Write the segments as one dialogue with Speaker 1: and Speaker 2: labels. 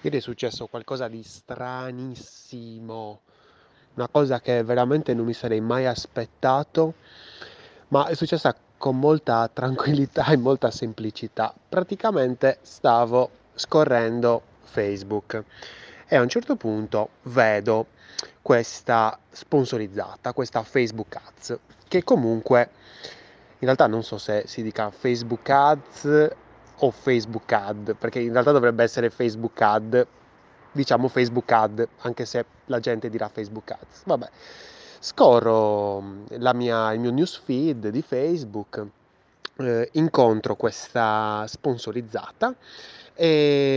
Speaker 1: Ieri è successo qualcosa di stranissimo, una cosa che veramente non mi sarei mai aspettato, ma è successa con molta tranquillità e molta semplicità. Praticamente stavo scorrendo Facebook e a un certo punto vedo questa sponsorizzata, questa Facebook Ads, che comunque in realtà non so se si dica Facebook Ads o Facebook Ad, perché in realtà dovrebbe essere Facebook Ad, diciamo Facebook Ad, anche se la gente dirà Facebook Ads. Vabbè, scorro il mio newsfeed di Facebook, incontro questa sponsorizzata e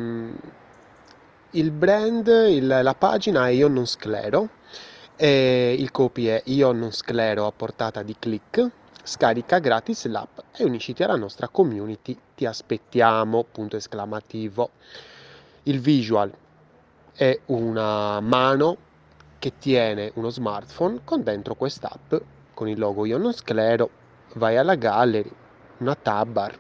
Speaker 1: il brand, la pagina è Io non sclero e il copy è Io non sclero a portata di click. Scarica gratis l'app e unisciti alla nostra community. Ti aspettiamo! Punto esclamativo. Il visual è una mano che tiene uno smartphone con dentro quest'app con il logo Io non sclero. Vai alla gallery, una tab bar.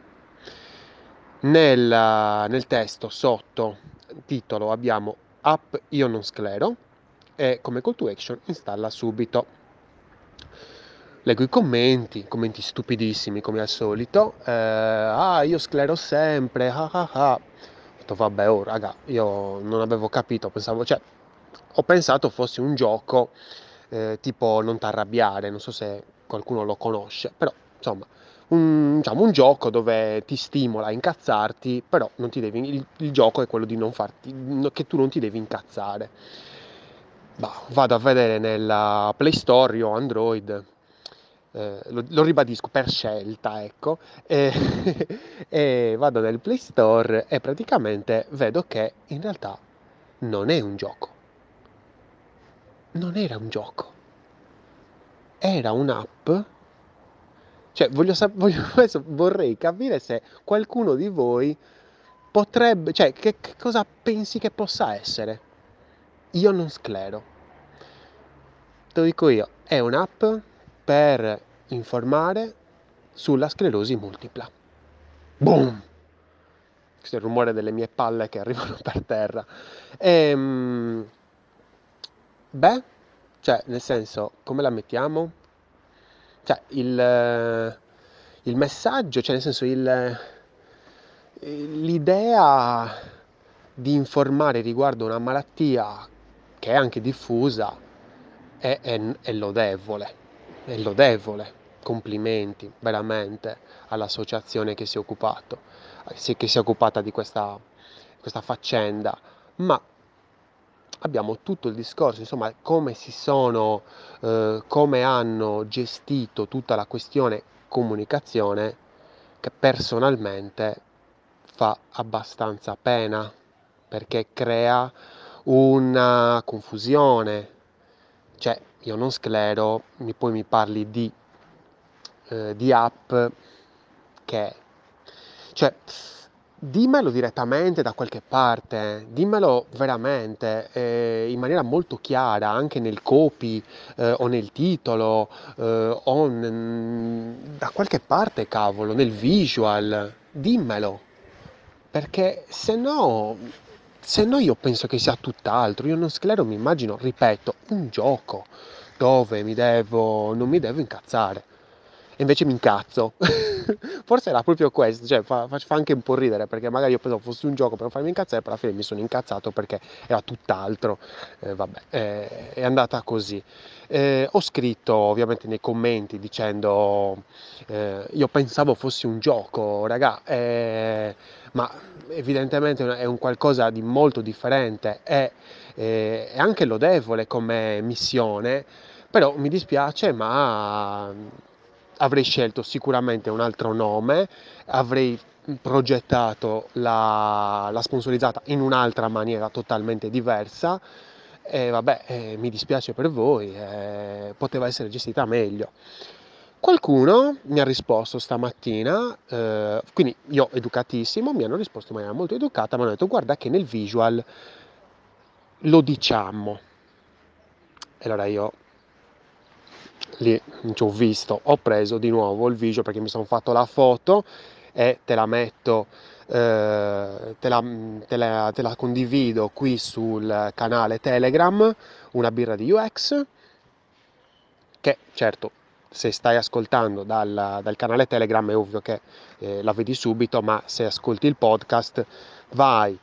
Speaker 1: Nel testo sotto titolo abbiamo app Io non sclero e come call to action installa subito. Leggo i commenti stupidissimi come al solito. Io sclero sempre, ah ah ah. Ho detto, vabbè, oh raga, io non avevo capito, pensavo, cioè, ho pensato fosse un gioco tipo Non t'arrabbiare, non so se qualcuno lo conosce, però insomma, diciamo, un gioco dove ti stimola a incazzarti, però non ti devi, il gioco è quello di non farti, che tu non ti devi incazzare. Bah, vado a vedere nella Play Store, io ho Android, lo ribadisco per scelta, ecco, e, e vado nel Play Store e praticamente vedo che in realtà non è un gioco, non era un gioco, era un'app. Cioè, adesso vorrei capire se qualcuno di voi potrebbe, cioè, che cosa pensi che possa essere? Io non sclero. Te lo dico io, è un'app per informare sulla sclerosi multipla. Boom! Questo è il rumore delle mie palle che arrivano per terra. Beh, cioè, nel senso, come la mettiamo? Cioè, il messaggio, cioè, nel senso, l'idea di informare riguardo una malattia che è anche diffusa è lodevole, è lodevole. Complimenti veramente all'associazione che si è che si è occupata di questa faccenda, ma abbiamo tutto il discorso, insomma, come hanno gestito tutta la questione comunicazione, che personalmente fa abbastanza pena, perché crea una confusione. Cioè, io non sclero, poi mi parli di app che... Cioè, dimmelo direttamente da qualche parte, dimmelo veramente, in maniera molto chiara, anche nel copy, o nel titolo, da qualche parte, cavolo, nel visual, dimmelo. Perché se no io penso che sia tutt'altro. Io non sclero, mi immagino, ripeto, un gioco dove non mi devo incazzare. E invece mi incazzo. Forse era proprio questo, cioè fa anche un po' ridere perché magari io pensavo fosse un gioco per farmi incazzare, però alla fine mi sono incazzato perché era tutt'altro. Vabbè, è andata così. Ho scritto ovviamente nei commenti dicendo io pensavo fosse un gioco, raga, ma evidentemente è un qualcosa di molto differente è anche lodevole come missione, però mi dispiace, ma avrei scelto sicuramente un altro nome, avrei progettato la sponsorizzata in un'altra maniera totalmente diversa e vabbè, mi dispiace per voi, poteva essere gestita meglio. Qualcuno mi ha risposto stamattina, quindi io educatissimo, mi hanno risposto in maniera molto educata, mi hanno detto guarda che nel visual lo diciamo. E allora io lì ci ho visto, ho preso di nuovo il visual perché mi sono fatto la foto e te la metto te la condivido qui sul canale Telegram, una birra di UX, che certo se stai ascoltando dal canale Telegram è ovvio che la vedi subito, ma se ascolti il podcast vai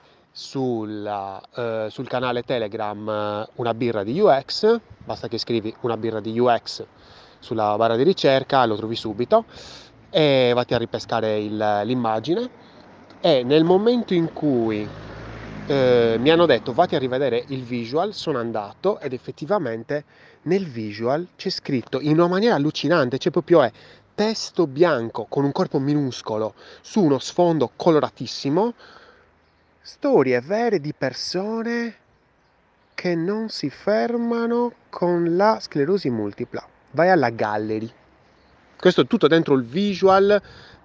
Speaker 1: sul canale Telegram una birra di UX, basta che scrivi una birra di UX sulla barra di ricerca, lo trovi subito e vatti a ripescare l'immagine. E nel momento in cui mi hanno detto vatti a rivedere il visual, sono andato ed effettivamente nel visual c'è scritto in una maniera allucinante, c'è proprio testo bianco con un corpo minuscolo su uno sfondo coloratissimo, storie vere di persone che non si fermano con la sclerosi multipla. Vai alla gallery. Questo è tutto dentro il visual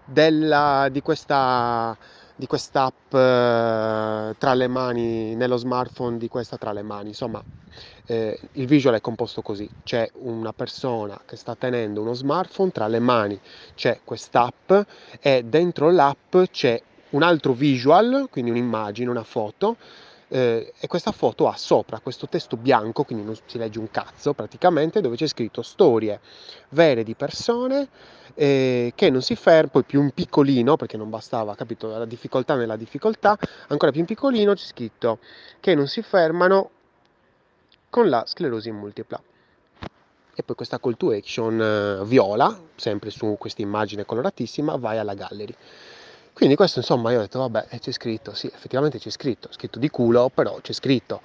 Speaker 1: di quest'app tra le mani, nello smartphone di questa tra le mani. Insomma, il visual è composto così. C'è una persona che sta tenendo uno smartphone tra le mani, c'è quest'app e dentro l'app c'è un altro visual, quindi un'immagine, una foto, e questa foto ha sopra questo testo bianco, quindi non si legge un cazzo praticamente, dove c'è scritto storie vere di persone che non si ferma, poi più un piccolino, perché non bastava, capito, la difficoltà nella difficoltà, ancora più in piccolino c'è scritto che non si fermano con la sclerosi multipla. E poi questa call to action viola, sempre su questa immagine coloratissima, vai alla gallery. Quindi questo insomma io ho detto vabbè c'è scritto, sì effettivamente c'è scritto di culo, però c'è scritto.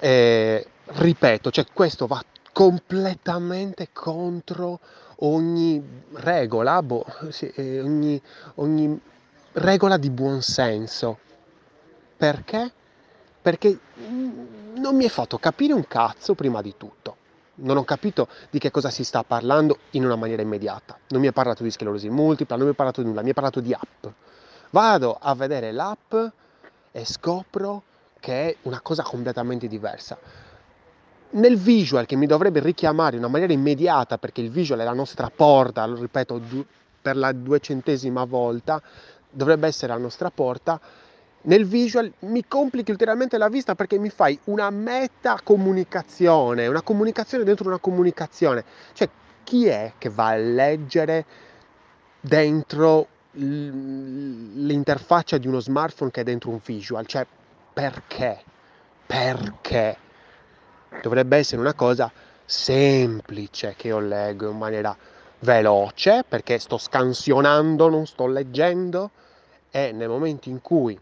Speaker 1: Ripeto, cioè questo va completamente contro ogni regola, sì, ogni regola di buonsenso. Perché? Perché non mi è fatto capire un cazzo prima di tutto. Non ho capito di che cosa si sta parlando in una maniera immediata. Non mi ha parlato di sclerosi multipla, non mi ha parlato di nulla, mi ha parlato di app. Vado a vedere l'app e scopro che è una cosa completamente diversa. Nel visual che mi dovrebbe richiamare in una maniera immediata, perché il visual è la nostra porta, lo ripeto per la 200ª volta, dovrebbe essere la nostra porta, nel visual mi complichi ulteriormente la vista perché mi fai una metacomunicazione, una comunicazione dentro una comunicazione. Cioè, chi è che va a leggere dentro l'interfaccia di uno smartphone che è dentro un visual? Cioè, perché? Perché? Dovrebbe essere una cosa semplice che io leggo in maniera veloce, perché sto scansionando, non sto leggendo, e nel momento in cui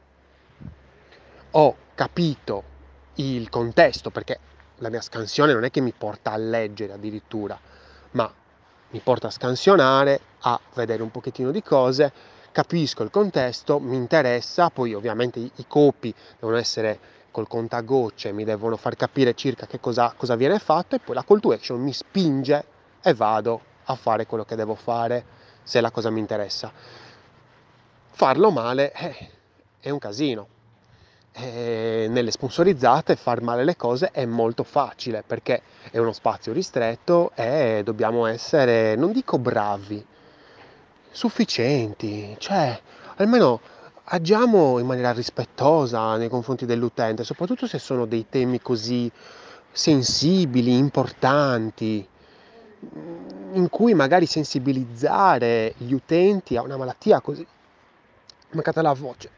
Speaker 1: ho capito il contesto, perché la mia scansione non è che mi porta a leggere addirittura, ma mi porta a scansionare, a vedere un pochettino di cose, capisco il contesto, mi interessa, poi ovviamente i copi devono essere col contagocce, mi devono far capire circa che cosa viene fatto e poi la call to action mi spinge e vado a fare quello che devo fare se la cosa mi interessa. Farlo male è un casino. Nelle sponsorizzate far male le cose è molto facile perché è uno spazio ristretto e dobbiamo essere, non dico bravi, sufficienti, cioè almeno agiamo in maniera rispettosa nei confronti dell'utente, soprattutto se sono dei temi così sensibili, importanti, in cui magari sensibilizzare gli utenti a una malattia così. Mancata la voce.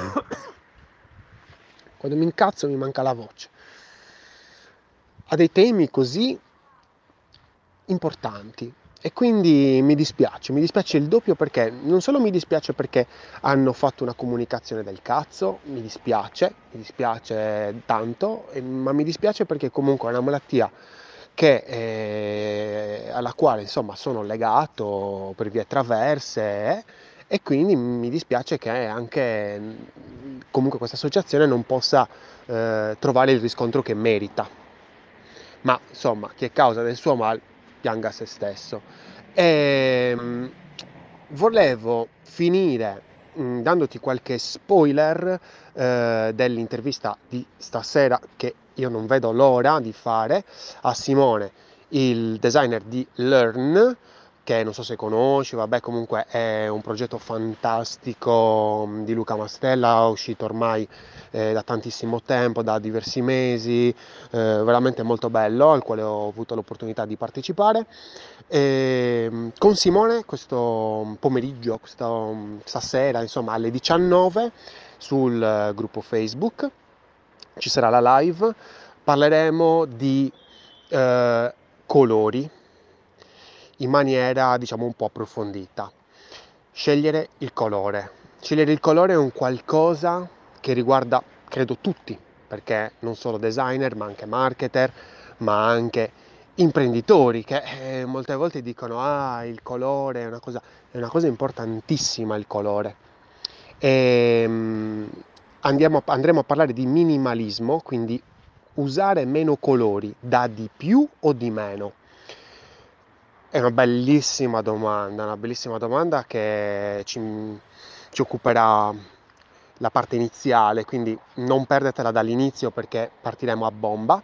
Speaker 1: Quando mi incazzo mi manca la voce. A dei temi così importanti. E quindi mi dispiace il doppio perché non solo mi dispiace perché hanno fatto una comunicazione del cazzo, mi dispiace tanto, ma mi dispiace perché comunque è una malattia alla quale insomma sono legato per vie traverse e quindi mi dispiace che anche comunque questa associazione non possa trovare il riscontro che merita. Ma insomma, chi è causa del suo mal pianga se stesso. E, volevo finire dandoti qualche spoiler dell'intervista di stasera che io non vedo l'ora di fare a Simone, il designer di Learn, che non so se conosci, vabbè, comunque è un progetto fantastico di Luca Mastella, uscito ormai da tantissimo tempo, da diversi mesi, veramente molto bello, al quale ho avuto l'opportunità di partecipare. E, con Simone questo pomeriggio, questa sera, insomma, alle 19 sul gruppo Facebook ci sarà la live, parleremo di colori in maniera, diciamo, un po' approfondita. Scegliere il colore. Scegliere il colore è un qualcosa che riguarda, credo, tutti, perché non solo designer, ma anche marketer, ma anche imprenditori che molte volte dicono il colore è una cosa importantissima il colore. E, andremo a parlare di minimalismo, quindi usare meno colori, da di più o di meno? È una bellissima domanda che ci occuperà la parte iniziale, quindi non perdetela dall'inizio perché partiremo a bomba.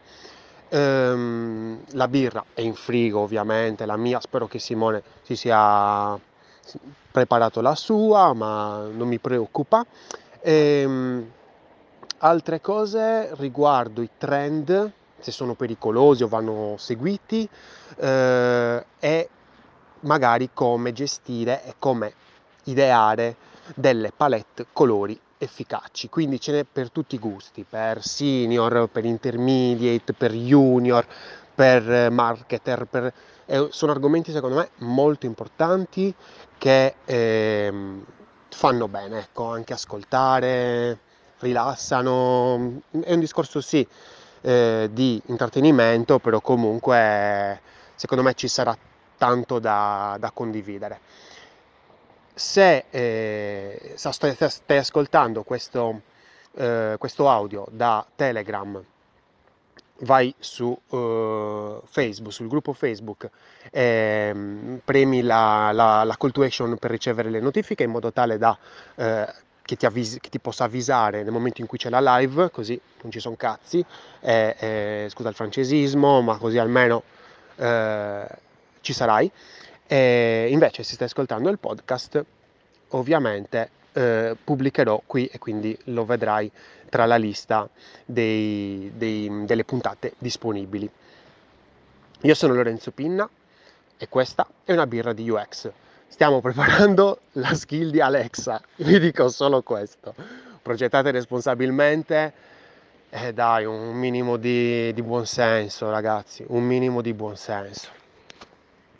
Speaker 1: La birra è in frigo ovviamente, la mia, spero che Simone si sia preparato la sua, ma non mi preoccupa. Ehm, Altre cose riguardo i trend, se sono pericolosi o vanno seguiti, e magari come gestire e come ideare delle palette colori efficaci. Quindi ce n'è per tutti i gusti, per senior, per intermediate, per junior, per marketer, sono argomenti secondo me molto importanti che fanno bene, ecco, anche ascoltare, rilassano, è un discorso sì di intrattenimento, però comunque secondo me ci sarà tanto da condividere. Se stai ascoltando questo audio da Telegram, vai su Facebook, sul gruppo Facebook, premi la call to action per ricevere le notifiche in modo tale da che ti possa avvisare nel momento in cui c'è la live, così non ci sono cazzi, scusa il francesismo, ma così almeno eh, ci sarai. E invece se stai ascoltando il podcast, ovviamente pubblicherò qui e quindi lo vedrai tra la lista delle puntate disponibili. Io sono Lorenzo Pinna e questa è una birra di UX. Stiamo preparando la skill di Alexa, vi dico solo questo. Progettate responsabilmente e dai, un minimo di buonsenso, ragazzi, un minimo di buonsenso.